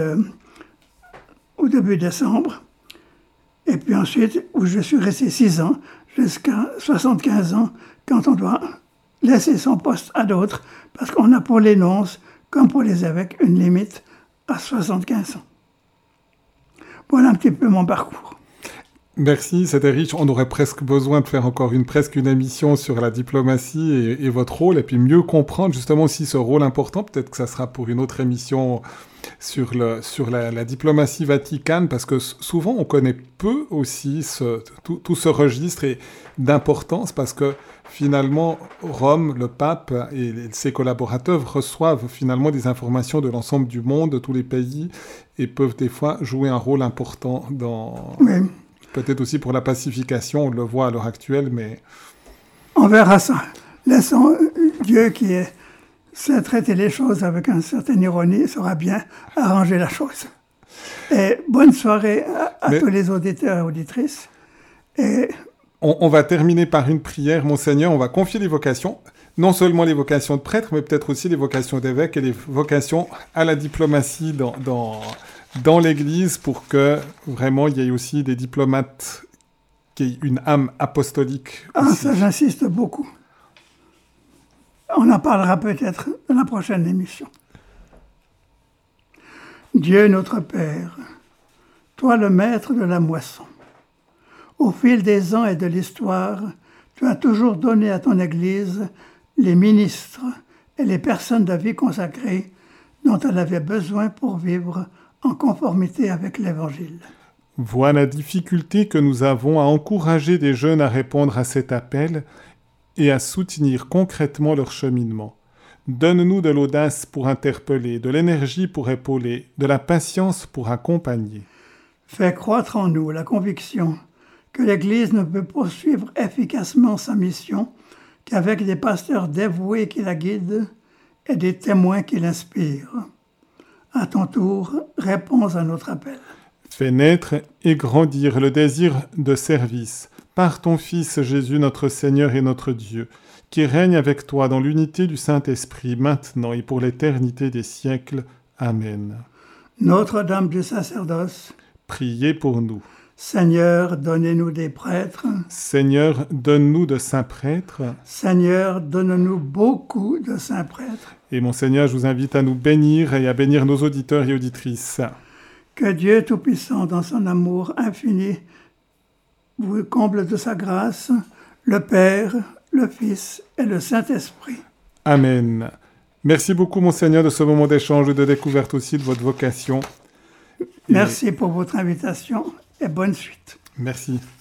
début décembre. Et puis ensuite, où je suis resté 6 ans, jusqu'à 75 ans, quand on doit laisser son poste à d'autres, parce qu'on a pour les nonces, comme pour les évêques, une limite à 75 ans. Voilà un petit peu mon parcours. Merci, c'était riche. On aurait presque besoin de faire encore presque une émission sur la diplomatie et votre rôle, et puis mieux comprendre justement aussi ce rôle important. Peut-être que ça sera pour une autre émission sur la diplomatie vaticane, parce que souvent on connaît peu aussi tout ce registre d'importance, parce que finalement Rome, le pape et ses collaborateurs reçoivent finalement des informations de l'ensemble du monde, de tous les pays, et peuvent des fois jouer un rôle important dans... Oui. Peut-être aussi pour la pacification, on le voit à l'heure actuelle, mais... On verra ça. Laissons Dieu qui sait traiter les choses avec une certaine ironie, saura bien arranger la chose. Et bonne soirée à tous les auditeurs et auditrices. Et... On va terminer par une prière, Monseigneur. On va confier les vocations, non seulement les vocations de prêtres, mais peut-être aussi les vocations d'évêques et les vocations à la diplomatie dans l'Église, pour que vraiment il y ait aussi des diplomates qui aient une âme apostolique. Ah, ça j'insiste beaucoup. On en parlera peut-être dans la prochaine émission. Dieu notre Père, toi le maître de la moisson, au fil des ans et de l'histoire, tu as toujours donné à ton Église les ministres et les personnes de vie consacrées dont elle avait besoin pour vivre en conformité avec l'Évangile. Vois la difficulté que nous avons à encourager des jeunes à répondre à cet appel et à soutenir concrètement leur cheminement. Donne-nous de l'audace pour interpeller, de l'énergie pour épauler, de la patience pour accompagner. Fais croître en nous la conviction que l'Église ne peut poursuivre efficacement sa mission qu'avec des pasteurs dévoués qui la guident et des témoins qui l'inspirent. À ton tour, réponds à notre appel. Fais naître et grandir le désir de service par ton Fils Jésus notre Seigneur et notre Dieu, qui règne avec toi dans l'unité du Saint-Esprit, maintenant et pour l'éternité des siècles. Amen. Notre-Dame du sacerdoce, priez pour nous. Seigneur, donnez-nous des prêtres. Seigneur, donne-nous de saints prêtres. Seigneur, donne-nous beaucoup de saints prêtres. Et mon Seigneur, je vous invite à nous bénir et à bénir nos auditeurs et auditrices. Que Dieu Tout-Puissant, dans son amour infini, vous comble de sa grâce, le Père, le Fils et le Saint-Esprit. Amen. Merci beaucoup, mon Seigneur, de ce moment d'échange et de découverte aussi de votre vocation. Merci pour votre invitation et bonne suite. Merci.